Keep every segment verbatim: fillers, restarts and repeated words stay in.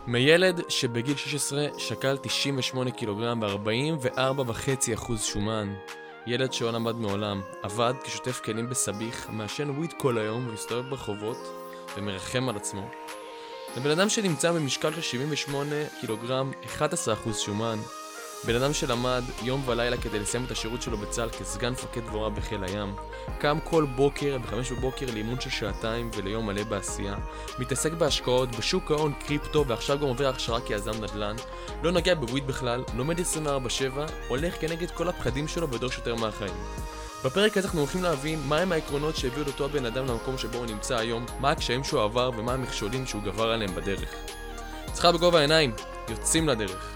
מילד שבגיל שש עשרה שקל תשעים ושמונה קילוגרם ו-ארבעים וארבע וחצי אחוז שומן. ילד שלא למד מעולם, עבד כשוטף כלים בסביח, מעשן וויד כל היום ומסתובב ברחובות ומרחם על עצמו. לבן אדם שנמצא במשקל של שבעים ושמונה קילוגרם, אחד עשר אחוז שומן. בן אדם שלמד יום ולילה כדי לסיים את השירות שלו בצה"ל כסגן מפקד דבורה בחיל הים. קם כל בוקר בחמש בבוקר לאימון של שעתיים וליום מלא בעשייה. מתעסק בהשקעות, בשוק ההון, קריפטו, ועכשיו גם עובר הכשרה כיזם נדל"ן. לא נגע בוויד בכלל, לומד עשרים וארבע שבע, הולך כנגד כל הפחדים שלו ודורש יותר מהחיים. בפרק הזה אנחנו הולכים להבין מהם העקרונות שהביאו אותו הבן אדם למקום שבו הוא נמצא היום, מה הקשיים שהוא עבר ומה המכשולים שהוא גבר עליהם בדרך. צריכה בגובה העיניים, יוצאים לדרך.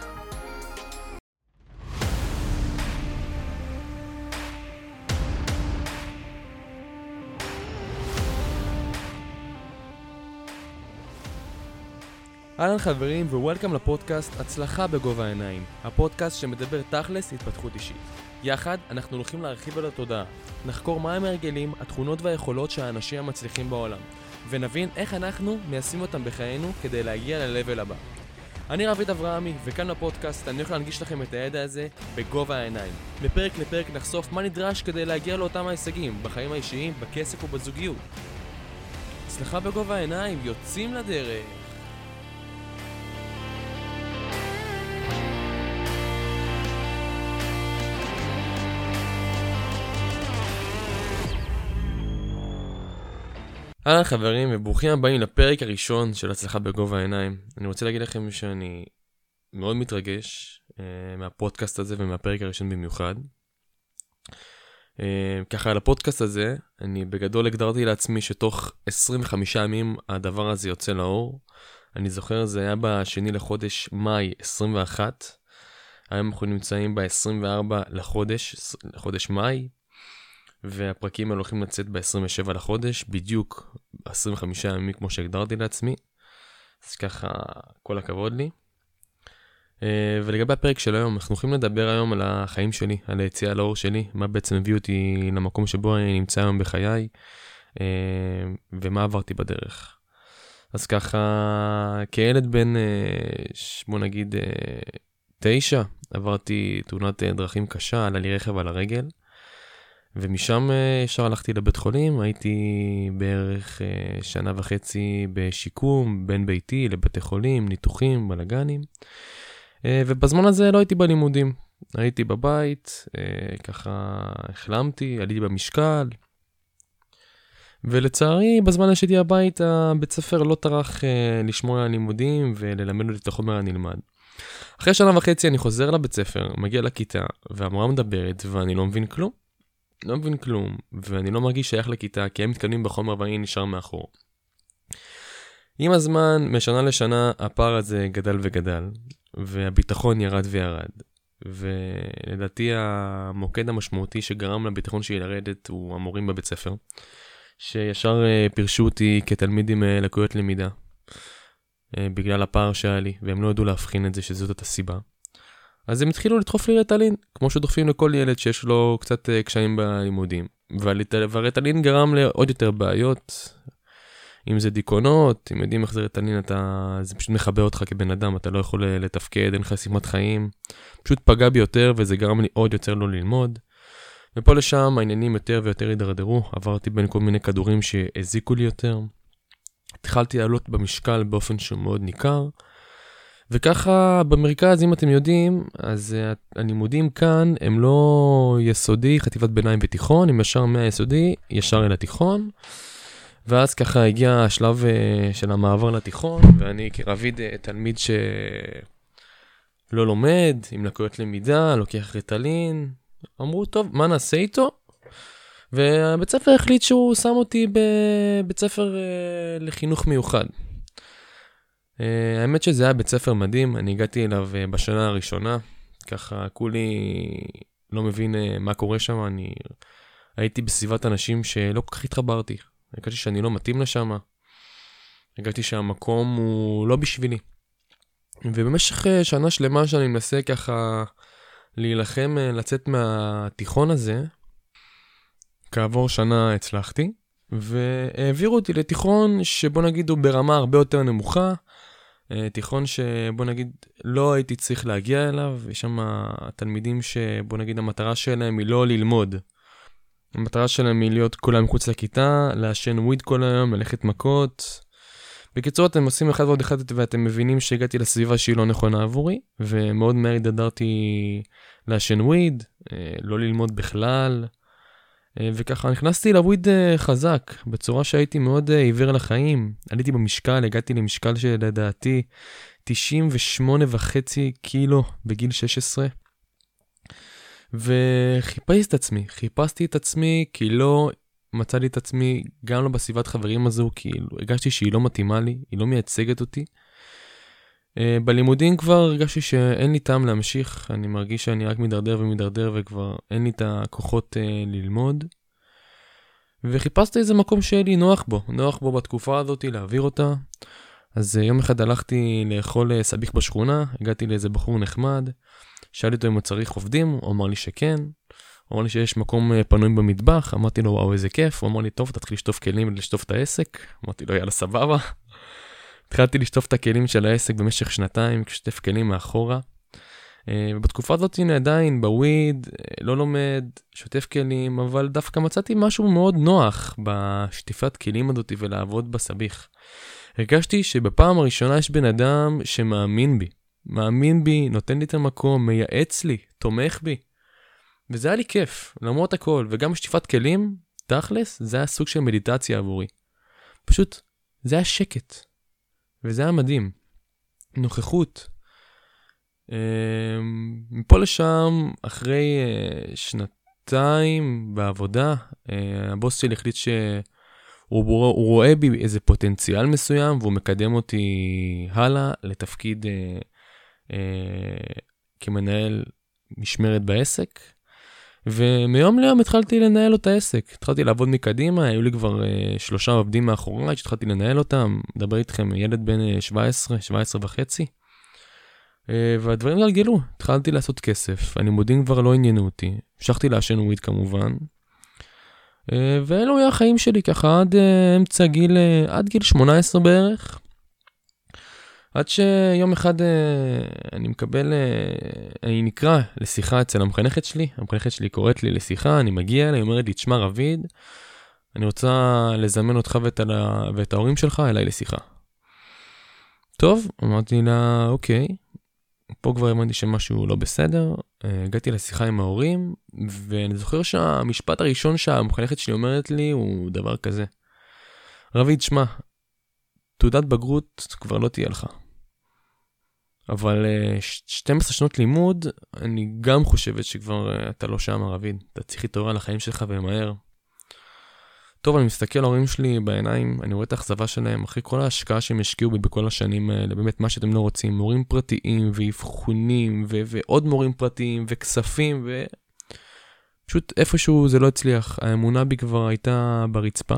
אהלן חברים ווולקאם לפודקאסט הצלחה בגובה העיניים, הפודקאסט שמדבר תכלס התפתחות אישית. יחד אנחנו הולכים להרחיב על התודעה, נחקור מהם ההרגלים, התכונות והיכולות של האנשים המצליחים בעולם, ונבין איך אנחנו מיישמים אותם בחיינו כדי להגיע ל-level הבא. אני רביד אברהמי, וכאן בפודקאסט אני הולך להנגיש לכם את הידע הזה בגובה העיניים. מפרק לפרק נחשוף מה נדרש כדי להגיע לאותם ההישגים, בחיים האישיים, בכסף ובזוגיות. הצלחה בגובה העיניים, יוצאים לדרך. אהלן חברים וברוכים הבאים לפרק הראשון של הצלחה בגובה העיניים. אני רוצה להגיד לכם שאני מאוד מתרגש אה, מהפודקאסט הזה ומהפרק הראשון במיוחד. אה, ככה על הפודקאסט הזה אני בגדול הגדרתי לעצמי שתוך עשרים וחמישה ימים הדבר הזה יוצא לאור. אני זוכר זה היה בשני לחודש מאי עשרים ואחת. היום אנחנו נמצאים ב-עשרים וארבע לחודש, לחודש מאי. והפרקים האלה הולכים לצאת ב-עשרים ושבעה לחודש, בדיוק עשרים וחמישה ימים כמו שהגדרתי לעצמי. אז ככה, כל הכבוד לי. ולגבי הפרק של היום, אנחנו הולכים לדבר היום על החיים שלי, על היציאה לאור שלי, מה בעצם הביא אותי למקום שבו אני נמצא היום בחיי, ומה עברתי בדרך. אז ככה, כילד בן, בוא נגיד, תשע, עברתי תאונת דרכים קשה, עלה לי רכב על הרגל. ומשם ישר הלכתי לבית חולים, הייתי בערך שנה וחצי בשיקום, בין ביתי לבתי חולים, ניתוחים, בלגנים. ובזמן הזה לא הייתי בלימודים, הייתי בבית, ככה החלמתי, עליתי במשקל. ולצערי, בזמן שהייתי בבית, הבית ספר לא טרח לשמור על הלימודים וללמד אותי את החומר הנלמד. אחרי שנה וחצי אני חוזר לבית ספר, מגיע לכיתה, והמורה מדברת ואני לא מבין כלום. לא מבין כלום, ואני לא מרגיש שייך לכיתה, כי הם מתקדמים בחומר ואני נשאר מאחור. עם הזמן, משנה לשנה, הפער הזה גדל וגדל, והביטחון ירד וירד. ולדעתי המוקד המשמעותי שגרם לביטחון שלי לרדת הוא המורים בבית ספר, שישר פירשו אותי כתלמיד עם לקויות למידה, בגלל הפער שהיה לי, והם לא ידעו להבחין את זה שזאת הסיבה. אז הם התחילו לדחוף לי רטלין, כמו שדוחפים לכל ילד שיש לו קצת קשיים בלימודים. והרטלין גרם לעוד יותר בעיות, אם זה דיכאונות, אם יודעים איך זה רטלין, אתה, זה פשוט מחבא אותך כבן אדם, אתה לא יכול לתפקד, אין לך שימת חיים, פשוט פגע בי יותר וזה גרם לי עוד יותר לא ללמוד. ופה לשם העניינים יותר ויותר הידרדרו, עברתי בין כל מיני כדורים שהזיקו לי יותר. התחלתי לעלות במשקל באופן שהוא מאוד ניכר, וככה במרכז, אם אתם יודעים, אז הלימודים כאן הם לא יסודי, חטיבת ביניים ותיכון, הם ישר מהיסודי, ישר אל התיכון, ואז ככה הגיע השלב של המעבר לתיכון, ואני כרביד תלמיד שלא לומד, עם לקויות למידה, לוקח רטלין, אמרו טוב, מה נעשה איתו? והבית ספר החליט שהוא שם אותי בבית ספר לחינוך מיוחד. האמת שזה היה בית ספר מדהים, אני הגעתי אליו בשנה הראשונה, ככה כולי לא מבין מה קורה שם, אני הייתי בסביבת אנשים שלא כל כך התחברתי, הרגשתי שאני לא מתאים לשם, הרגשתי שהמקום הוא לא בשבילי, ובמשך שנה שלמה שאני מנסה ככה להילחם לצאת מהתיכון הזה, כעבור שנה הצלחתי, והעבירו אותי לתיכון שבוא נגיד הוא ברמה הרבה יותר נמוכה, תיכון שבוא נגיד לא הייתי צריך להגיע אליו, יש שם תלמידים שבוא נגיד המטרה שלהם היא לא ללמוד. המטרה שלהם היא להיות כולם מחוץ לכיתה, לעשן וויד כל היום, ללכת מכות. בקיצור, אתם עושים אחד ועוד אחד ואתם מבינים שהגעתי לסביבה שהיא לא נכונה עבורי, ומאוד מהר התדרדרתי לעשן וויד, לא ללמוד בכלל, וככה נכנסתי לוויד חזק, בצורה שהייתי מאוד עיוור לחיים. עליתי במשקל, הגעתי למשקל שלדעתי תשעים ושמונה וחצי קילו בגיל שש עשרה, וחיפשתי את עצמי, חיפשתי את עצמי כי לא מצאתי את עצמי גם לא בסביבת חברים הזו, כי הרגשתי שהיא לא מתאימה לי, היא לא מייצגת אותי. בלימודים כבר הרגשתי שאין לי טעם להמשיך, אני מרגיש שאני רק מדרדר ומדרדר וכבר אין לי את הכוחות ללמוד. וחיפשתי איזה מקום שיהיה לי נוח בו, נוח בו בתקופה הזאת, להעביר אותה. אז יום אחד הלכתי לאכול סביח בשכונה, הגעתי לאיזה בחור נחמד, שאלתי אותו אם הוא צריך עובדים, הוא אמר לי שכן, הוא אמר לי שיש מקום פנוי במטבח, אמרתי לו וואו איזה כיף, הוא אמר לי טוב תתחיל לשטוף כלים ולשטוף את העסק, אמרתי לו יאללה סבבה. התחלתי לשטוף את הכלים של העסק במשך שנתיים, כשטף כלים מאחורה, ובתקופה הזאת הנה עדיין בוויד, לא לומד, שוטף כלים, אבל דווקא מצאתי משהו מאוד נוח בשטיפת כלים הזאת ולעבוד בסביח. הרגשתי שבפעם הראשונה יש בן אדם שמאמין בי, מאמין בי, נותן לי את המקום, מייעץ לי, תומך בי. וזה היה לי כיף, למרות הכל, וגם שטיפת כלים, תכלס, זה היה סוג של מדיטציה עבורי. פשוט, זה היה שקט. וזה היה מדהים. נוכחות. מפה לשם, אחרי שנתיים בעבודה, הבוס שלי החליט שהוא רואה בי איזה פוטנציאל מסוים, והוא מקדם אותי הלאה לתפקיד כמנהל משמרת בעסק. ומיום ליום התחלתי לנהל את העסק, התחלתי לעבוד מקדימה, היו לי כבר uh, שלושה עובדים מאחוריי, שהתחלתי לנהל אותם, מדבר איתכם, ילד בן uh, שבע עשרה, שבע עשרה וחצי, uh, והדברים גלגלו, התחלתי לעשות כסף, הלימודים כבר לא עניינו אותי, המשכתי לעשן וויד כמובן, uh, ואלו היה החיים שלי ככה עד uh, אמצע גיל, uh, עד גיל שמונה עשרה בערך, עד שיום אחד אני מקבל, אני נקרא לשיחה אצל המחנכת שלי, המחנכת שלי קוראת לי לשיחה, אני מגיע אליה, היא אומרת לי, תשמע רביד, אני רוצה לזמן אותך ואת, ואת ההורים שלך אליי לשיחה. טוב, אמרתי לה, אוקיי, פה כבר אמרתי שמשהו לא בסדר, הגעתי לשיחה עם ההורים, ואני זוכר שהמשפט הראשון שהמחנכת שלי אומרת לי הוא דבר כזה, רביד, שמע, תעודת בגרות כבר לא תהיה לך. אבל שתים עשרה שנות לימוד, אני גם חושבת שכבר אתה לא שם רביד. אתה צריך להתעורר על החיים שלך ומהר. טוב, אני מסתכל על ההורים שלי בעיניים, אני רואה את האכזבה שלהם, אחרי כל ההשקעה שהם השקיעו בי בכל השנים האלה, באמת מה שאתם לא רוצים, מורים פרטיים ואבחונים, ו- ועוד מורים פרטיים וכספים, ופשוט איפשהו זה לא הצליח. האמונה בי כבר הייתה ברצפה.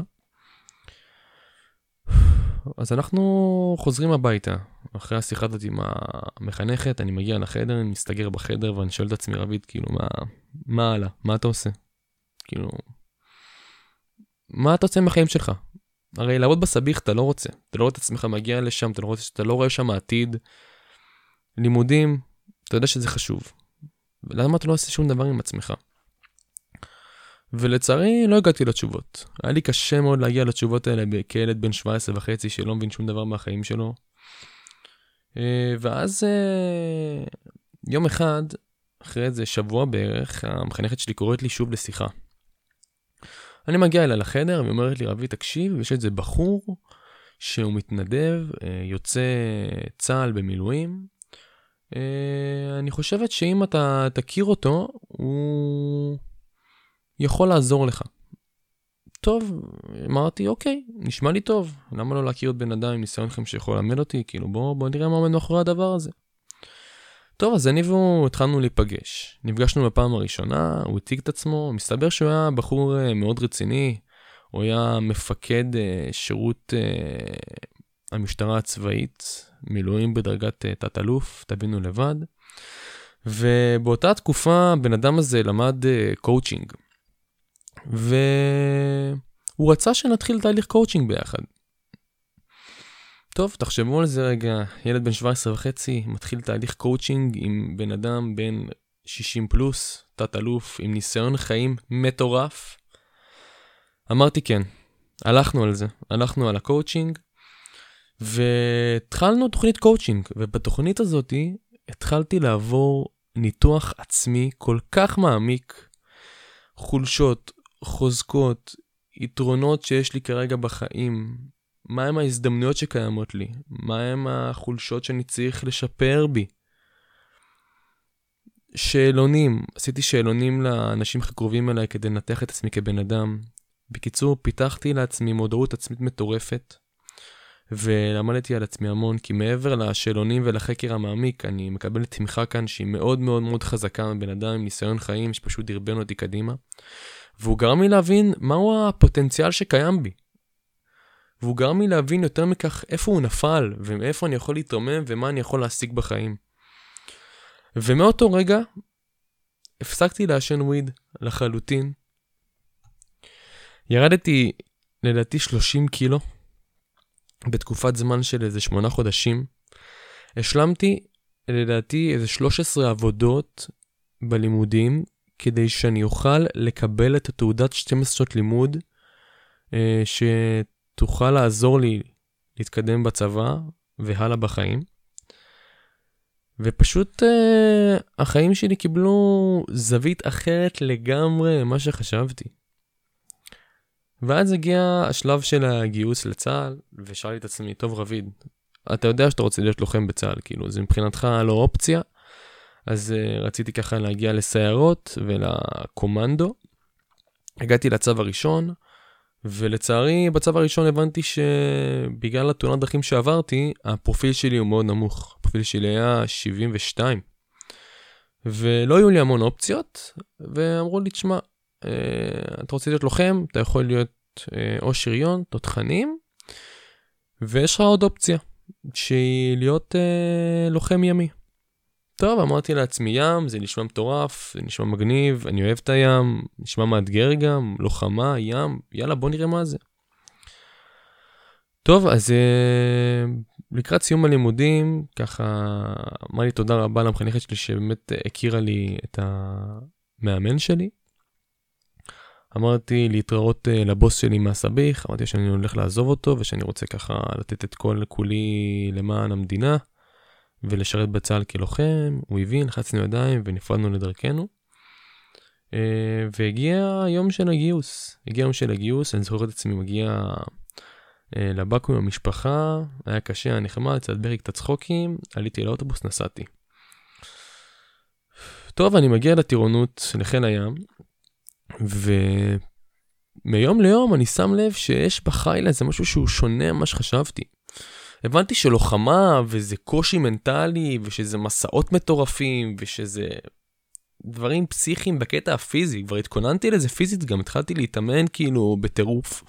אז אנחנו חוזרים הביתה, אחרי השיחה הזאת עם המחנכת, אני מגיע לחדר, אני מסתגר בחדר, ואני שואל את עצמי רביד, כאילו, מה, מה הלאה? מה אתה עושה? כאילו, מה אתה עושה עם החיים שלך? הרי לעבוד בסביח אתה לא רוצה, אתה לא רואה את עצמך מגיע לשם, אתה לא רואה, אתה לא רואה שם העתיד, לימודים, אתה יודע שזה חשוב. למה אתה לא עושה שום דבר עם עצמך? ולצערי לא הגעתי לתשובות. היה לי קשה מאוד להגיע לתשובות האלה כילד בן שבע עשרה וחצי שלא מבין שום דבר מהחיים שלו. ואז יום אחד, אחרי איזה שבוע בערך, המחנכת שלי קוראת לי שוב לשיחה. אני מגיע אליה לחדר והיא אומרת לי, רבי תקשיב, יש איזה בחור שהוא מתנדב, יוצא צהל במילואים. אני חושבת שאם אתה תכיר אותו, הוא יכול לעזור לך. טוב, אמרתי, אוקיי, נשמע לי טוב. למה לא להכיר את בן אדם עם ניסיון לכם שיכול למד אותי? כאילו, בוא, בוא נראה מה עומד מאחורי הדבר הזה. טוב, אז אני והוא התחלנו להיפגש. נפגשנו בפעם הראשונה, הוא הציג את עצמו, מסתבר שהוא היה בחור מאוד רציני, הוא היה מפקד שירות המשטרה הצבאית, מילואים בדרגת תת-אלוף, תבינו לבד. ובאותה תקופה, בן אדם הזה למד קואוצ'ינג. והוא רצה שנתחיל תהליך קואוצ'ינג ביחד. טוב, תחשבו על זה רגע, ילד בן שבע עשרה וחצי, מתחיל תהליך קואוצ'ינג עם בן אדם בן שישים פלוס, תת אלוף, עם ניסיון חיים מטורף. אמרתי כן, הלכנו על זה, הלכנו על הקואוצ'ינג, והתחלנו תוכנית קואוצ'ינג, ובתוכנית הזאת התחלתי לעבור ניתוח עצמי כל כך מעמיק, חולשות, חוזקות, יתרונות שיש לי כרגע בחיים, מה הם ההזדמנויות שקיימות לי, מה הם החולשות שאני צריך לשפר בי. שאלונים, עשיתי שאלונים לאנשים הקרובים אליי כדי לנתח את עצמי כבן אדם. בקיצור, פיתחתי לעצמי מודעות עצמית מטורפת, ולמדתי על עצמי המון, כי מעבר לשאלונים ולחקר המעמיק, אני מקבל תמיכה כאן שהיא מאוד מאוד מאוד חזקה מבן אדם עם ניסיון חיים שפשוט דרבן אותי קדימה, והוא גרם לי להבין מהו הפוטנציאל שקיים בי. והוא גרם לי להבין יותר מכך איפה הוא נפל, ומאיפה אני יכול להתרומם, ומה אני יכול להשיג בחיים. ומאותו רגע, הפסקתי לעשן וויד לחלוטין. ירדתי לדעתי שלושים קילו, בתקופת זמן של איזה שמונה חודשים. השלמתי לדעתי איזה שלוש עשרה עבודות בלימודים, כדי שאני אוכל לקבל את התעודת שתים עשרה שנות לימוד, ש... תוכל לעזור לי להתקדם בצבא והלאה בחיים. ופשוט אה, החיים שלי קיבלו זווית אחרת לגמרי מה שחשבתי. ואז הגיע השלב של הגיוס לצה"ל, ושאלתי את עצמי, טוב רביד, אתה יודע שאתה רוצה להיות לוחם בצה"ל, כאילו זה מבחינתך לא אופציה, אז אה, רציתי ככה להגיע לסיירות ולקומנדו. הגעתי לצו הראשון, ולצערי בצו הראשון הבנתי שבגלל התאונת דרכים שעברתי, הפרופיל שלי הוא מאוד נמוך. הפרופיל שלי היה שבעים ושתיים. ולא היו לי המון אופציות, ואמרו לי, תשמע, אתה רוצה להיות לוחם, אתה יכול להיות או שריון, תותחנים, ויש לך עוד אופציה, שהיא להיות לוחם ימי. טוב, אמרתי לעצמי ים, זה נשמע מטורף, זה נשמע מגניב, אני אוהב את הים, נשמע מאתגר גם, לוחמה, ים, יאללה בוא נראה מה זה. טוב, אז אה, לקראת סיום הלימודים, ככה אמר לי תודה רבה למחנכת שלי שבאמת הכירה לי את המאמן שלי. אמרתי להתראות אה, לבוס שלי מהסביך, אמרתי שאני הולך לעזוב אותו ושאני רוצה ככה לתת את כל כולי למען המדינה. ולשרת בצה"ל כלוחם, הוא הבין, לחצנו ידיים ונפרדנו לדרכנו. והגיע היום של הגיוס, הגיע היום של הגיוס, אני זוכר את עצמי מגיע לבקו"ם עם המשפחה, היה קשה, היה נחמד, קצת ברי, קצת צחוקים, עליתי לאוטובוס, נסעתי. טוב, אני מגיע לטירונות, לחיל הים, ומיום ליום אני שם לב שיש בחיל הזה משהו שהוא שונה ממה שחשבתי. הבנתי שלוחמה וזה קושי מנטלי ושזה מסעות מטורפים ושזה דברים פסיכיים בקטע הפיזי. כבר התכוננתי לזה פיזית, גם התחלתי להתאמן כאילו בטירוף.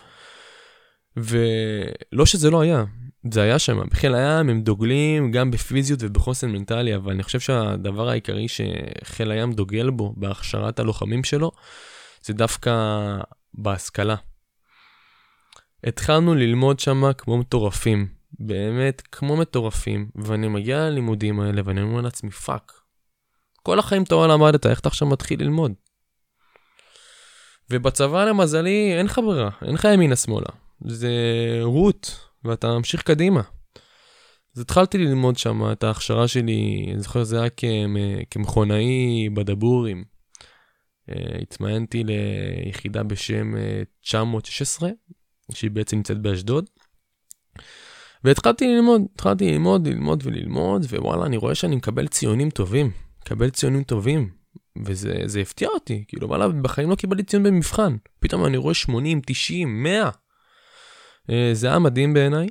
ולא שזה לא היה, זה היה שם. בחיל הים הם דוגלים גם בפיזיות ובחוסן מנטלי, אבל אני חושב שהדבר העיקרי שחיל הים דוגל בו בהכשרת הלוחמים שלו, זה דווקא בהשכלה. התחלנו ללמוד שם כמו מטורפים. באמת כמו מטורפים, ואני מגיע ללימודים האלה ואני אומר לעצמי פאק, כל החיים תורה למדת, איך אתה עכשיו מתחיל ללמוד? ובצבא למזלי אין לך ברירה, אין לך ימינה שמאלה, זה רוט ואתה ממשיך קדימה. אז התחלתי ללמוד שם את ההכשרה שלי, אני זוכר זה היה כמכונאי בדבורים, התמיינתי ליחידה בשם תשע מאות שש עשרה, שהיא בעצם נמצאת באשדוד, והתחלתי ללמוד, התחלתי ללמוד, ללמוד וללמוד, ווואלה, אני רואה שאני מקבל ציונים טובים, מקבל ציונים טובים, וזה זה הפתיע אותי, כאילו, וואלה, בחיים לא קיבלתי ציון במבחן, פתאום אני רואה שמונים, תשעים, מאה, זה היה מדהים בעיניי,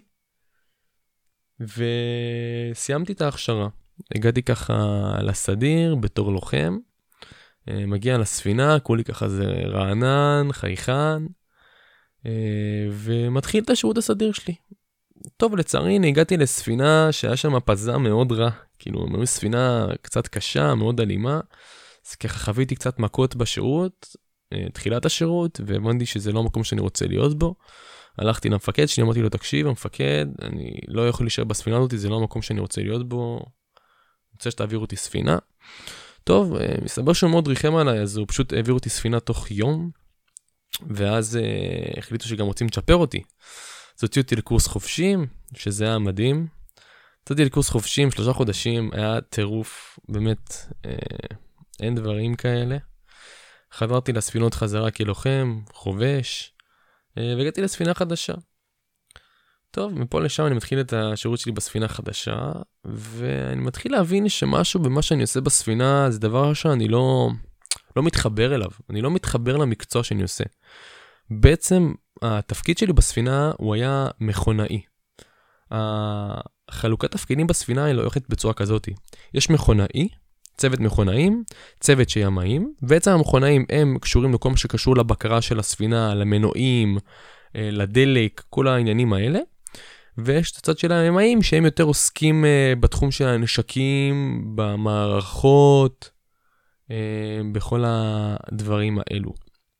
וסיימתי את ההכשרה, הגעתי ככה לסדיר, בתור לוחם, מגיע לספינה, כולי ככה זה רענן, חייכן, ומתחיל את השירות הסדיר שלי. טוב, לצערי, אני הגעתי לספינה שהיה שם פזה מאוד רע, כאילו, היו ספינה קצת קשה, מאוד אלימה, אז ככה חוויתי קצת מכות בשירות, תחילת השירות, והבנתי שזה לא המקום שאני רוצה להיות בו, הלכתי למפקד שלי, אמרתי לו, תקשיב, המפקד, אני לא יכול להישאר בספינה הזאת, זה לא המקום שאני רוצה להיות בו, אני רוצה שתעביר אותי ספינה. טוב, מסתבר שהוא מאוד ריחם עליי, אז הוא פשוט העביר אותי ספינה תוך יום, ואז uh, החליטו שגם רוצים לצ'פר אותי. אז הוציאו אותי לקורס חופשים, שזה היה מדהים. יצאתי לקורס חופשים, שלושה חודשים, היה טירוף, באמת, uh, אין דברים כאלה. חזרתי לספינות חזרה כלוחם, חובש, uh, והגעתי לספינה חדשה. טוב, מפה לשם אני מתחיל את השירות שלי בספינה חדשה, ואני מתחיל להבין שמשהו במה שאני עושה בספינה, זה דבר שאני לא... לא מתחבר אליו, אני לא מתחבר למקצוע שאני עושה. בעצם, התפקיד שלי בספינה הוא היה מכונאי. החלוקת תפקידים בספינה היא לא הולכת בצורה כזאת. יש מכונאי, צוות מכונאים, צוות שימאים, בעצם המכונאים הם קשורים לכל מה שקשור לבקרה של הספינה, למנועים, לדלק, כל העניינים האלה. ויש את הצד של הימאים שהם יותר עוסקים בתחום של הנשקים, במערכות, בכל הדברים האלו.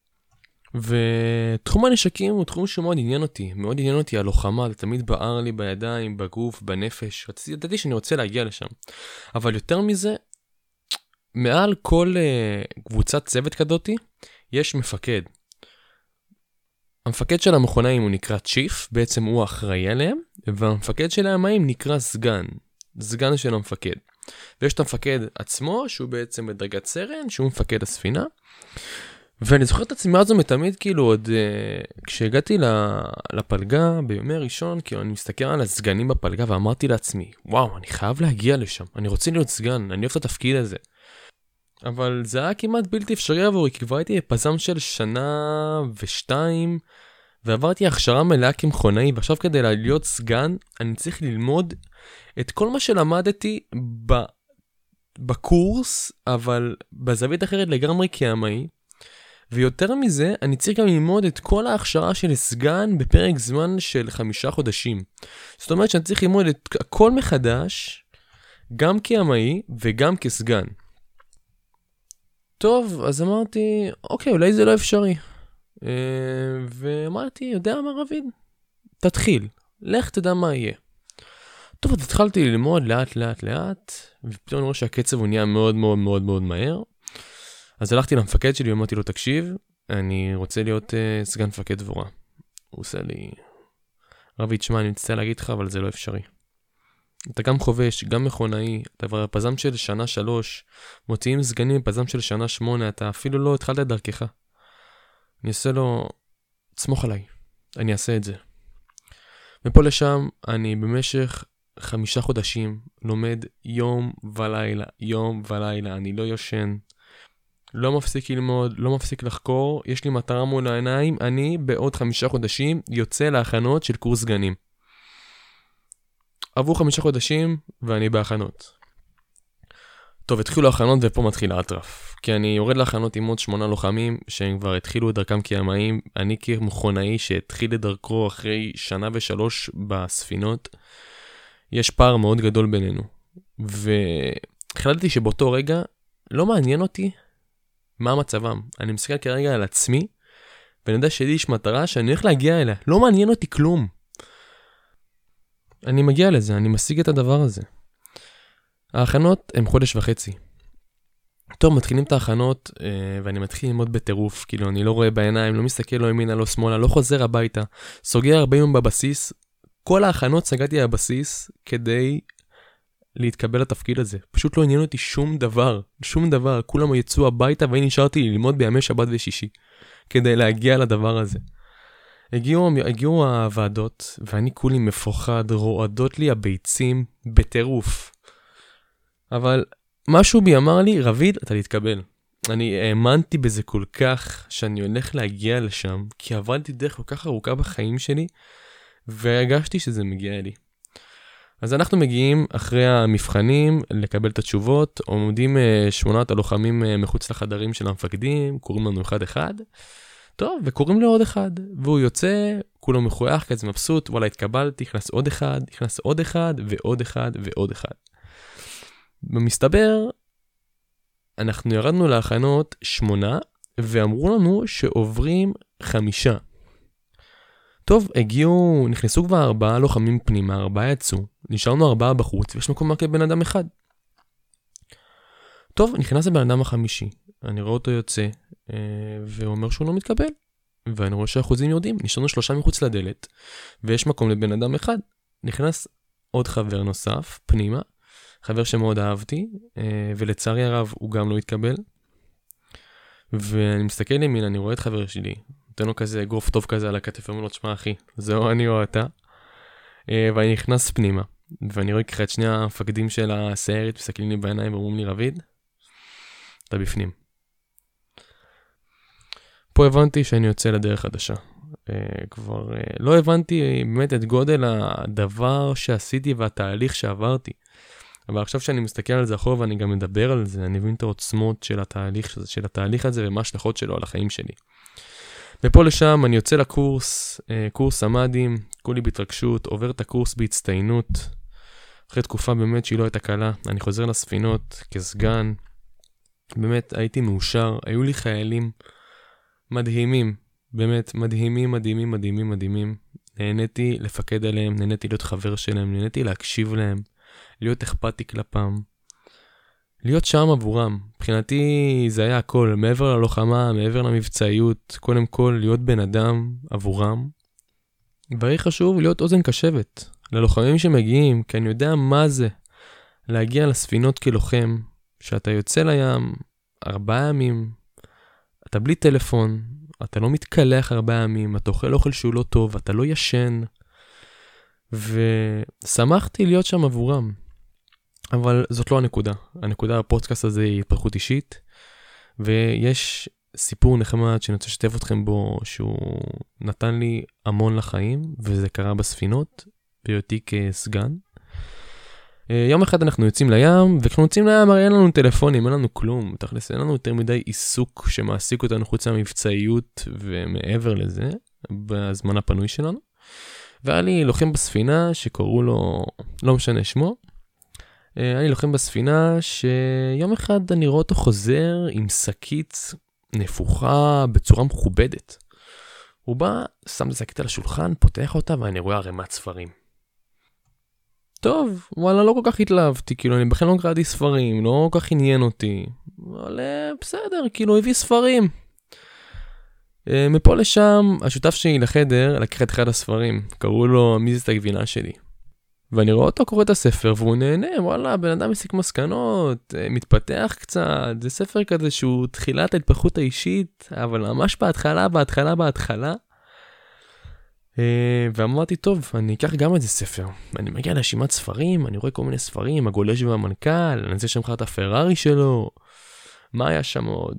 ותחום הנשקים הוא תחום שמאוד עניין אותי, מאוד עניין אותי הלוחמה, זה תמיד בער לי בידיים, בגוף, בנפש, ידעתי שאני רוצה להגיע לשם. אבל יותר מזה, מעל כל קבוצת צוות כזאתי, יש מפקד. המפקד של המכונאים הוא נקרא צ'יף, בעצם הוא אחראי עליהם, והמפקד של הימאים נקרא סגן, סגן של המפקד. ויש את המפקד עצמו, שהוא בעצם בדרגת סרן, שהוא מפקד הספינה. ואני זוכר את עצמי הזו מתמיד, כאילו עוד, uh, כשהגעתי לפלגה, בימי ראשון, כאילו אני מסתכל על הסגנים בפלגה, ואמרתי לעצמי, וואו, אני חייב להגיע לשם, אני רוצה להיות סגן, אני אוהב את התפקיד הזה. אבל זה היה כמעט בלתי אפשרי עבורי, כי כבר הייתי פזם של שנה ושתיים, ועברתי הכשרה מלאה כמכונאי, ועכשיו כדי להיות סגן, אני צריך ללמוד את כל מה שלמדתי ב... בקורס, אבל בזווית אחרת לגמרי כימאי, ויותר מזה, אני צריך גם ללמוד את כל ההכשרה של סגן בפרק זמן של חמישה חודשים. זאת אומרת שאני צריך ללמוד את הכל מחדש, גם כימאי וגם כסגן. טוב, אז אמרתי, אוקיי, אולי זה לא אפשרי. ואמרתי, יודע מה רביד? תתחיל, לך תדע מה יהיה. טוב, אז התחלתי ללמוד לאט לאט לאט, ופתאום אני רואה שהקצב הוא נהיה מאוד מאוד מאוד מאוד מהר. אז הלכתי למפקד שלי ואמרתי לו, תקשיב, אני רוצה להיות uh, סגן מפקד דבורה. הוא עושה לי, רבי, תשמע, אני מצטער להגיד לך, אבל זה לא אפשרי. אתה גם חובש, גם מכונאי, אתה כבר פזם של שנה שלוש, מוציאים סגנים פזם של שנה שמונה, אתה אפילו לא התחלת את דרכך. אני אעשה לו, תסמוך עליי, אני אעשה את זה. מפה לשם, אני במשך חמישה חודשים לומד יום ולילה, יום ולילה, אני לא יושן, לא מפסיק ללמוד, לא מפסיק לחקור, יש לי מטרה מול העיניים, אני בעוד חמישה חודשים יוצא להכנות של קורס סגנים. עברו חמישה חודשים ואני בהכנות. טוב, התחילו ההכנות ופה מתחיל האטרף. כי אני יורד להכנות עם עוד שמונה לוחמים שהם כבר התחילו את דרכם כימאים. אני כמכונאי שהתחיל את דרכו אחרי שנה ושלוש בספינות. יש פער מאוד גדול בינינו. והחלטתי שבאותו רגע לא מעניין אותי מה מצבם. אני מסתכל כרגע על עצמי ואני יודע שלי יש מטרה שאני הולך להגיע אליה. לא מעניין אותי כלום. אני מגיע לזה, אני משיג את הדבר הזה. ההכנות הן חודש וחצי. טוב, מתחילים את ההכנות, ואני מתחיל ללמוד בטירוף, כאילו אני לא רואה בעיניים, לא מסתכל לא ימינה, לא שמאלה, לא חוזר הביתה, סוגר הרבה יום בבסיס, כל ההכנות סגרתי על הבסיס כדי להתקבל לתפקיד הזה. פשוט לא עניין אותי שום דבר, שום דבר, כולם יצאו הביתה ואני נשארתי ללמוד בימי שבת ושישי, כדי להגיע לדבר הזה. הגיעו, הגיעו הוועדות, ואני כולי מפוחד, רועדות לי הביצים בטירוף. אבל משהו בי אמר לי, רביד, אתה להתקבל. אני האמנתי בזה כל כך, שאני הולך להגיע לשם, כי עברתי דרך כל כך ארוכה בחיים שלי, והרגשתי שזה מגיע לי. אז אנחנו מגיעים אחרי המבחנים לקבל את התשובות, עומדים שמונת הלוחמים מחוץ לחדרים של המפקדים, קוראים לנו אחד אחד, טוב, וקוראים לו עוד אחד, והוא יוצא, כולו מחוייך, כזה מבסוט, וואלה, התקבלתי, נכנס עוד אחד, נכנס עוד אחד, ועוד אחד, ועוד אחד. במסתבר, אנחנו ירדנו להכנות שמונה, ואמרו לנו שעוברים חמישה. טוב, הגיעו, נכנסו כבר ארבעה לוחמים פנימה, ארבעה יצאו, נשארנו ארבעה בחוץ, ויש מקום רק לבן אדם אחד. טוב, נכנס לבן אדם החמישי, אני רואה אותו יוצא, והוא אומר שהוא לא מתקבל, ואני רואה שהאחוזים יורדים, נשארנו שלושה מחוץ לדלת, ויש מקום לבן אדם אחד. נכנס עוד חבר נוסף, פנימה, חבר שמאוד אהבתי, ולצערי הרב הוא גם לא התקבל, ואני מסתכל למין, אני רואה את חבר שלי, נותן לו כזה גרוף טוב כזה על הכתף, ואומר לו, תשמע אחי, זהו אני או אתה, ואני נכנס פנימה, ואני רואה ככה את שני המפקדים של הסיירת, מסתכלים לי בעיניים ואומרים לי, רביד, אתה בפנים. פה הבנתי שאני יוצא לדרך חדשה. כבר לא הבנתי באמת את גודל הדבר שעשיתי והתהליך שעברתי. אבל עכשיו שאני מסתכל על זה אחורה ואני גם מדבר על זה, אני מבין את העוצמות של התהליך, של התהליך הזה ומה ההשלכות שלו על החיים שלי. ופה לשם אני יוצא לקורס, קורס סמ"דים, כולי בהתרגשות, עובר את הקורס בהצטיינות. אחרי תקופה באמת שהיא לא הייתה קלה, אני חוזר לספינות כסגן. באמת הייתי מאושר, היו לי חיילים מדהימים, באמת מדהימים, מדהימים, מדהימים, מדהימים. נהניתי לפקד עליהם, נהניתי להיות חבר שלהם, נהניתי להקשיב להם, להיות אכפתי כלפם, להיות שם עבורם. מבחינתי זה היה הכל, מעבר ללוחמה, מעבר למבצעיות, קודם כל להיות בן אדם עבורם. והכי חשוב להיות אוזן קשבת ללוחמים שמגיעים, כי אני יודע מה זה להגיע לספינות כלוחם, שאתה יוצא לים ארבעה ימים, אתה בלי טלפון, אתה לא מתקלח ארבעה ימים, אתה אוכל אוכל שהוא לא טוב, אתה לא ישן, ושמחתי להיות שם עבורם. אבל זאת לא הנקודה. הנקודה בפודקאסט הזה היא התפתחות אישית, ויש סיפור נחמד שאני רוצה לשתף אתכם בו, שהוא נתן לי המון לחיים, וזה קרה בספינות, בהיותי כסגן. יום אחד אנחנו יוצאים לים, וכשאנחנו יוצאים לים הרי אין לנו טלפונים, אין לנו כלום, תכלס אין לנו יותר מדי עיסוק שמעסיק אותנו חוץ מהמבצעיות ומעבר לזה, בזמן הפנוי שלנו. והיה לי לוחם בספינה שקראו לו, לא משנה שמו, היה לי לוחם בספינה שיום אחד אני רואה אותו חוזר עם שקית נפוחה בצורה מכובדת. הוא בא, שם את השקית על השולחן, פותח אותה ואני רואה ערימת ספרים. טוב, וואלה, לא כל כך התלהבתי, כאילו, אני בכלל לא קראתי ספרים, לא כל כך עניין אותי, אבל בסדר, כאילו, הביא ספרים. מפה לשם, השותף שלי לחדר לקח את אחד הספרים, קראו לו מזיז את הגבינה שלי. ואני רואה אותו קורא את הספר, והוא נהנה, וואלה, בן אדם מסיק מסקנות, מתפתח קצת, זה ספר כזה שהוא תחילת ההתפתחות האישית, אבל ממש בהתחלה, בהתחלה, בהתחלה, ואמרתי, טוב, אני אקח גם איזה ספר. אני מגיע לרשימת ספרים, אני רואה כל מיני ספרים, הגולש והמנכ"ל, אני רוצה שם לך את הפרארי שלו, מה היה שם עוד?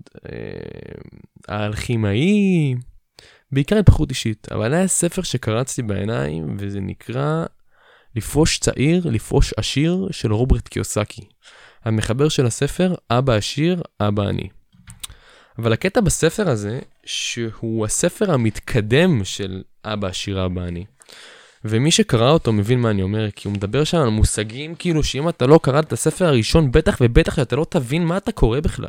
האלכימאי, בעיקר התפתחות אישית, אבל היה ספר שקרצתי בעיניים, וזה נקרא לפרוש צעיר, לפרוש עשיר, של רוברט קיוסקי. המחבר של הספר, אבא עשיר, אבא אני. אבל הקטע בספר הזה, שהוא הספר המתקדם של אבא עשיר, אבא אני. ומי שקרא אותו מבין מה אני אומר, כי הוא מדבר שם על מושגים, כאילו שאם אתה לא קראת את הספר הראשון, בטח ובטח שאתה לא תבין מה אתה קורא בכלל.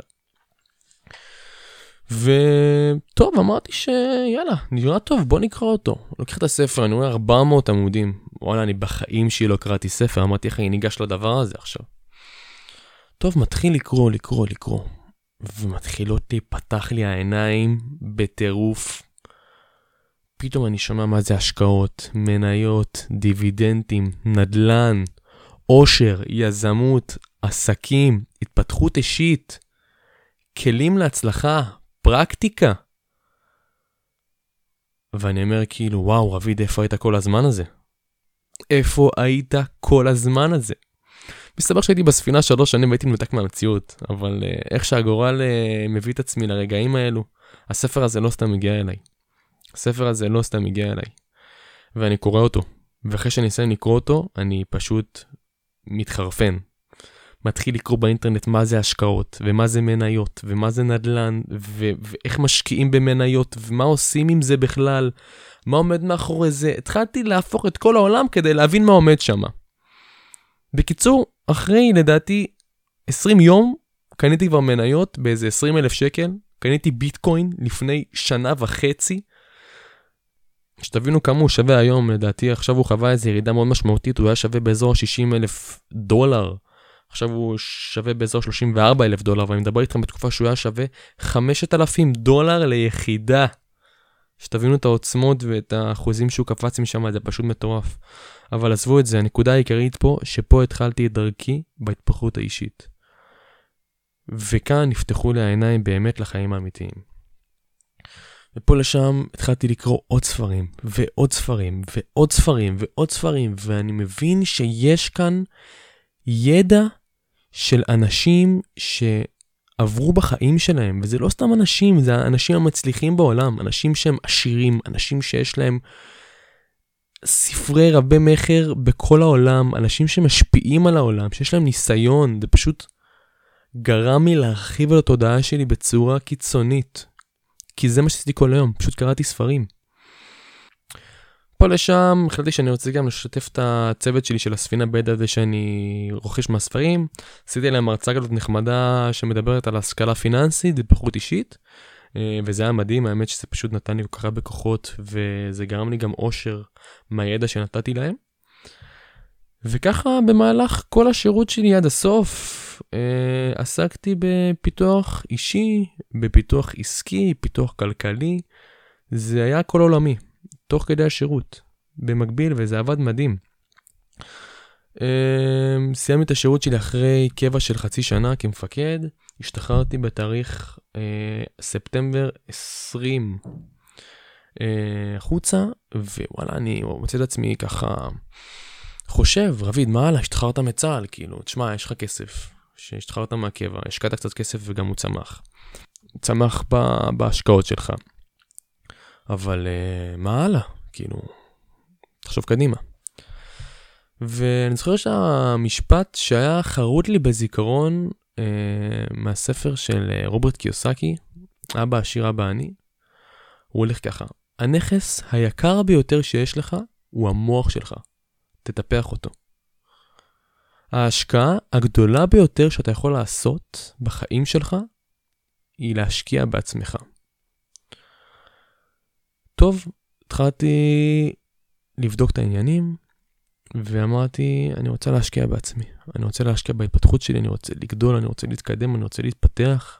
וטוב, אמרתי שיאללה, נראה טוב, בוא נקרא אותו. לוקח את הספר, אני רואה ארבע מאות עמודים. וואלה, אני בחיים שלי לא קראתי ספר, אמרתי איך אני ניגש לדבר הזה עכשיו. טוב, מתחיל לקרוא, לקרוא, לקרוא. ומתחילות להיפתח לי העיניים בטירוף. פתאום אני שומע מה זה השקעות, מניות, דיבידנדים, נדלן, עושר, יזמות, עסקים, התפתחות אישית, כלים להצלחה, פרקטיקה. ואני אומר כאילו, וואו, רביד, איפה היית כל הזמן הזה? איפה היית כל הזמן הזה? מסתבר שהייתי בספינה שלוש שנים והייתי מנותק מהמציאות, אבל uh, איך שהגורל uh, מביא את עצמי לרגעים האלו, הספר הזה לא סתם מגיע אליי. הספר הזה לא סתם מגיע אליי. ואני קורא אותו. ואחרי שאני אסיים לקרוא אותו, אני פשוט מתחרפן. מתחיל לקרוא באינטרנט מה זה השקעות, ומה זה מניות, ומה זה נדל"ן, ו- ואיך משקיעים במניות, ומה עושים עם זה בכלל, מה עומד מאחורי זה. התחלתי להפוך את כל העולם כדי להבין מה עומד שם. בקיצור, אחרי לדעתי עשרים יום, קניתי כבר מניות באיזה עשרים אלף שקל, קניתי ביטקוין לפני שנה וחצי, שתבינו כמה הוא שווה היום, לדעתי עכשיו הוא חווה איזו ירידה מאוד משמעותית, הוא היה שווה באזור שישים אלף דולר, עכשיו הוא שווה באזור שלושים וארבעה אלף דולר, ואני מדבר איתכם בתקופה שהוא היה שווה חמשת אלפים דולר ליחידה. שתבינו את העוצמות ואת האחוזים שהוא קפץ משם, זה פשוט מטורף. אבל עזבו את זה, הנקודה העיקרית פה, שפה התחלתי את דרכי בהתפתחות האישית. וכאן נפתחו לי העיניים באמת לחיים האמיתיים. ופה לשם התחלתי לקרוא עוד ספרים, ועוד ספרים, ועוד ספרים, ועוד ספרים, ואני מבין שיש כאן ידע של אנשים שעברו בחיים שלהם, וזה לא סתם אנשים, זה האנשים המצליחים בעולם, אנשים שהם עשירים, אנשים שיש להם ספרי רבי מחר בכל העולם, אנשים שמשפיעים על העולם, שיש להם ניסיון, זה פשוט גרם לי להרחיב על התודעה שלי בצורה קיצונית, כי זה מה שעשיתי כל היום, פשוט קראתי ספרים. פה לשם, החלטתי שאני רוצה גם לשתף את הצוות שלי של הספינה בידע הזה שאני רוכש מהספרים. עשיתי להם הרצאה כזאת נחמדה שמדברת על השכלה פיננסית ופחות אישית, וזה היה מדהים, האמת שזה פשוט נתן לי כל כך הרבה כוחות, וזה גרם לי גם אושר מהידע שנתתי להם. וככה במהלך כל השירות שלי עד הסוף, עסקתי בפיתוח אישי, בפיתוח עסקי, פיתוח כלכלי, זה היה כל עולמי. תוך כדי השירות, במקביל, וזה עבד מדהים. סיימתי את השירות שלי אחרי קבע של חצי שנה כמפקד, השתחררתי בתאריך ספטמבר עשרים החוצה, ווואלה, אני מוצא את עצמי ככה חושב, רביד, מה הלאה, השתחררת מצה"ל, כאילו, תשמע, יש לך כסף, שהשתחררת מהקבע, השקעת קצת כסף וגם הוא צמח. צמח בהשקעות שלך. אבל uh, מה הלאה? כאילו, תחשוב קדימה. ואני זוכר שהמשפט שהיה חרוט לי בזיכרון uh, מהספר של uh, רוברט קיוסקי, אבא עשיר אבא עני, הוא הולך ככה, הנכס היקר ביותר שיש לך הוא המוח שלך. תטפח אותו. ההשקעה הגדולה ביותר שאתה יכול לעשות בחיים שלך היא להשקיע בעצמך. טוב, התחלתי לבדוק את העניינים, ואמרתי, אני רוצה להשקיע בעצמי. אני רוצה להשקיע בהתפתחות שלי, אני רוצה לגדול, אני רוצה להתקדם, אני רוצה להתפתח.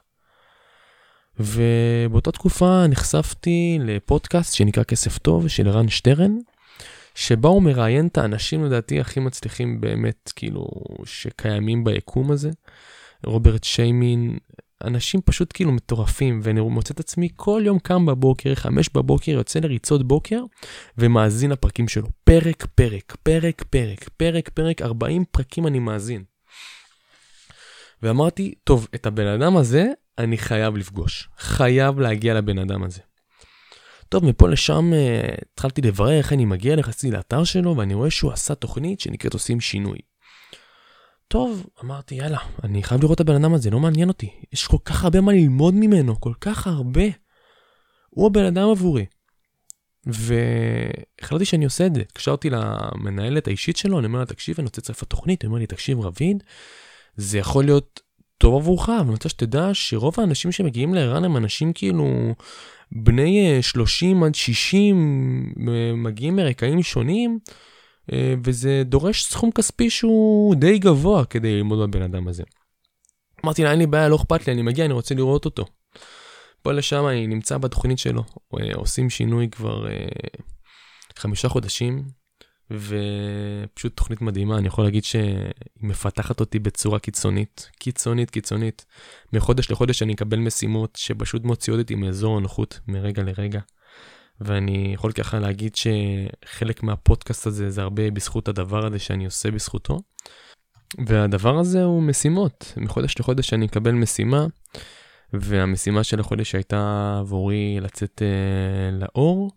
ובאותה תקופה נחשפתי לפודקאסט שנקרא כסף טוב, של רן שטרן, שבה הוא מראיין את האנשים לדעתי הכי מצליחים באמת, כאילו, שקיימים ביקום הזה. רוברט שיימין, אנשים פשוט כאילו מטורפים, ואני מוצא את עצמי כל יום קם בבוקר, חמש בבוקר, יוצא לריצות בוקר, ומאזין לפרקים שלו. פרק, פרק, פרק, פרק, פרק, פרק, ארבעים פרקים אני מאזין. ואמרתי, טוב, את הבן אדם הזה אני חייב לפגוש. חייב להגיע לבן אדם הזה. טוב, מפה לשם uh, התחלתי לברר איך אני מגיע, לחצי לאתר שלו, ואני רואה שהוא עשה תוכנית שנקראת עושים שינוי. טוב, אמרתי, יאללה, אני חייב לראות את הבן אדם הזה, לא מעניין אותי. יש כל כך הרבה מה ללמוד ממנו, כל כך הרבה. הוא הבן אדם עבורי. והחלטתי שאני עושה את זה. קשרתי למנהלת האישית שלו, אני אומר לה, תקשיב, אני רוצה לצרף לתוכנית, אני אומר לי, תקשיב רביד, זה יכול להיות טוב עבורך, אבל אני רוצה שתדע שרוב האנשים שמגיעים לערן הם אנשים כאילו בני שלושים עד שישים, מגיעים מרקעים שונים, וזה דורש סכום כספי שהוא די גבוה כדי ללמוד בבן אדם הזה. אמרתי לה, אין לי בעיה, לא אכפת לי, אני מגיע, אני רוצה לראות אותו. פה לשם אני נמצא בתוכנית שלו, עושים שינוי כבר חמישה חודשים, ופשוט תוכנית מדהימה, אני יכול להגיד שהיא מפתחת אותי בצורה קיצונית, קיצונית, קיצונית. מחודש לחודש אני אקבל משימות שפשוט מוציאות אותי מאזור הנוחות מרגע לרגע. ואני יכול ככה להגיד שחלק מהפודקאסט הזה זה הרבה בזכות הדבר הזה שאני עושה בזכותו. והדבר הזה הוא משימות. מחודש לחודש אני אקבל משימה, והמשימה של החודש הייתה עבורי לצאת אה, לאור.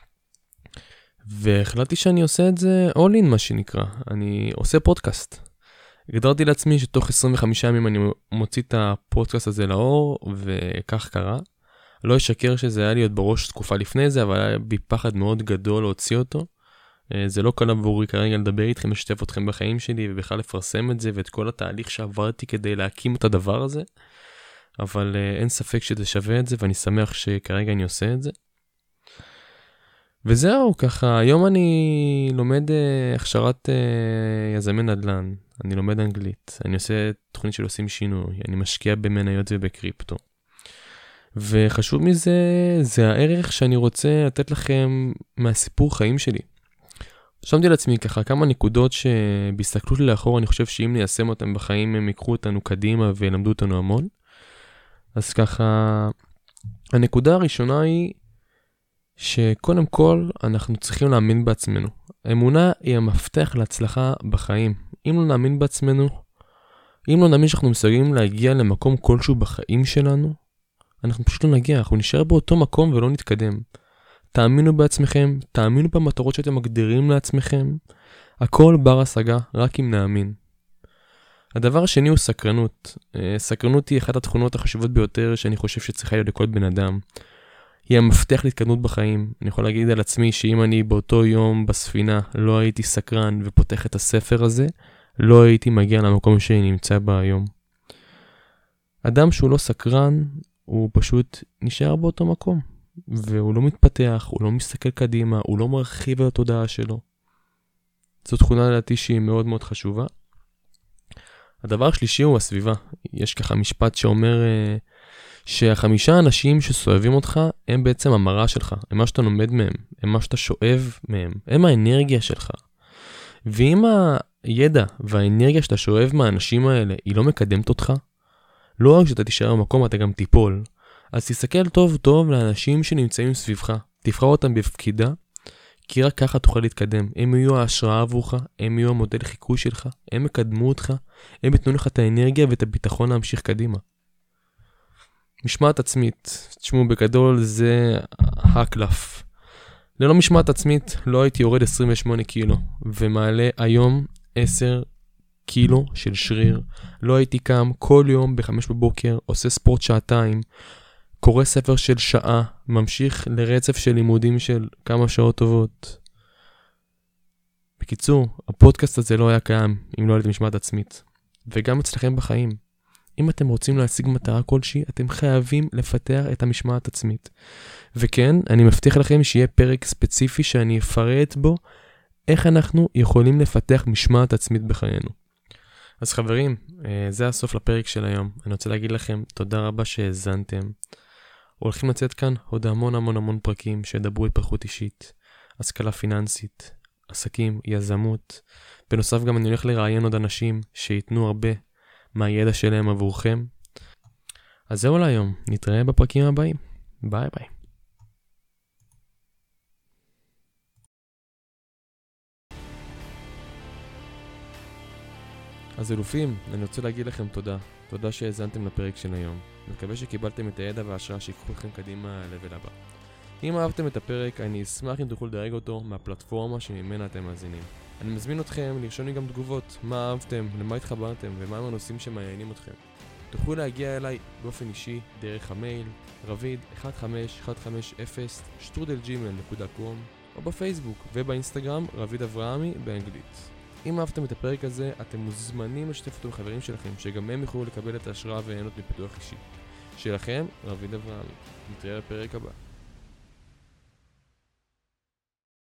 והחלטתי שאני עושה את זה all in מה שנקרא. אני עושה פודקאסט. הגדרתי לעצמי שתוך עשרים וחמישה ימים אני מוציא את הפודקאסט הזה לאור, וכך קרה. לא אשקר שזה היה לי עוד בראש תקופה לפני זה, אבל היה בי פחד מאוד גדול להוציא אותו. זה לא קל עבורי כרגע לדבר איתכם, לשתף אתכם בחיים שלי, ובכלל לפרסם את זה, ואת כל התהליך שעברתי כדי להקים את הדבר הזה. אבל אין ספק שזה שווה את זה, ואני שמח שכרגע אני עושה את זה. וזהו, ככה, היום אני לומד אה, הכשרת אה, יזמי נדל"ן, אני לומד אנגלית, אני עושה תוכנית של עושים שינוי, אני משקיע במניות ובקריפטו. וחשוב מזה, זה הערך שאני רוצה לתת לכם מהסיפור חיים שלי. שמתי לעצמי ככה כמה נקודות שבהסתכלות לאחור, אני חושב שאם ניישם אותם בחיים, הם יקחו אותנו קדימה ולמדו אותנו המון. אז ככה, הנקודה הראשונה היא, שקודם כל אנחנו צריכים להאמין בעצמנו. האמונה היא המפתח להצלחה בחיים. אם לא נאמין בעצמנו, אם לא נאמין שאנחנו מסוגלים להגיע למקום כלשהו בחיים שלנו, אנחנו פשוט לא נגיע, אנחנו נשאר באותו מקום ולא נתקדם. תאמינו בעצמכם, תאמינו במטרות שאתם מגדירים לעצמכם. הכל בר השגה, רק אם נאמין. הדבר השני הוא סקרנות. סקרנות היא אחת התכונות החשובות ביותר שאני חושב שצריכה להיות לכל בן אדם. היא המפתח להתקדמות בחיים. אני יכול להגיד על עצמי שאם אני באותו יום בספינה לא הייתי סקרן ופותח את הספר הזה, לא הייתי מגיע למקום שאני נמצא בה היום. אדם שהוא לא סקרן, הוא פשוט נשאר באותו מקום. והוא לא מתפתח, הוא לא מסתכל קדימה, הוא לא מרחיב על התודעה שלו. זו תכונה לדעתי שהיא מאוד מאוד חשובה. הדבר השלישי הוא הסביבה. יש ככה משפט שאומר uh, שהחמישה אנשים שסובבים אותך הם בעצם המראה שלך, הם מה שאתה לומד מהם, הם מה שאתה שואב מהם, הם האנרגיה שלך. ואם הידע והאנרגיה שאתה שואב מהאנשים האלה היא לא מקדמת אותך, לא רק שאתה תישאר במקום, אתה גם תיפול. אז תסתכל טוב טוב לאנשים שנמצאים סביבך, תבחר אותם בפקידה, כי רק ככה תוכל להתקדם. הם יהיו ההשראה עבורך, הם יהיו המודל חיקוי שלך, הם יקדמו אותך, הם יתנו לך את האנרגיה ואת הביטחון להמשיך קדימה. משמעת עצמית, תשמעו, בגדול זה הקלף. ללא משמעת עצמית לא הייתי יורד עשרים ושמונה קילו, ומעלה היום עשרה קילו של שריר. לא הייתי קם כל יום בחמש בבוקר, עושה ספורט שעתיים, קורא ספר של שעה, ממשיך לרצף של לימודים של כמה שעות טובות. בקיצור, הפודקאסט הזה לא היה קיים אם לא הייתי משמעת עצמית. וגם אצלכם בחיים. אם אתם רוצים להשיג מטרה כלשהי, אתם חייבים לפתח את המשמעת עצמית. וכן, אני מבטיח לכם שיהיה פרק ספציפי שאני אפרט בו איך אנחנו יכולים לפתח משמעת עצמית בחיינו. אז חברים, זה הסוף לפרק של היום. אני רוצה להגיד לכם תודה רבה שהאזנתם. הולכים לצאת כאן עוד המון המון המון פרקים שידברו התפתחות אישית, השכלה פיננסית, עסקים, יזמות. בנוסף גם אני הולך לראיין עוד אנשים שיתנו הרבה מהידע שלהם עבורכם. אז זהו להיום, נתראה בפרקים הבאים. ביי ביי. אז אלופים, אני רוצה להגיד לכם תודה. תודה שהאזנתם לפרק של היום. אני מקווה שקיבלתם את הידע וההשראה שיקחו אתכם קדימה לבל הבא. אם אהבתם את הפרק, אני אשמח אם תוכלו לדרג אותו מהפלטפורמה שממנה אתם מאזינים. אני מזמין אתכם לרשום לי גם תגובות, מה אהבתם, למה התחברתם ומה הם הנושאים שמעניינים אתכם. תוכלו להגיע אליי באופן אישי דרך המייל רביד אחת חמש אחת חמש אפס שטרודל ג'ימייל נקודה קום או בפייסבוק ובאינסטגרם רביד אברהמי באנגלית. אם אהבתם את הפרק הזה, אתם מוזמנים לשתף אותו עם חברים שלכם, שגם הם יוכלו לקבל את ההשראה והענות מפיתוח אישי. שלכם, רביד אברהמי. נתראה לפרק הבא.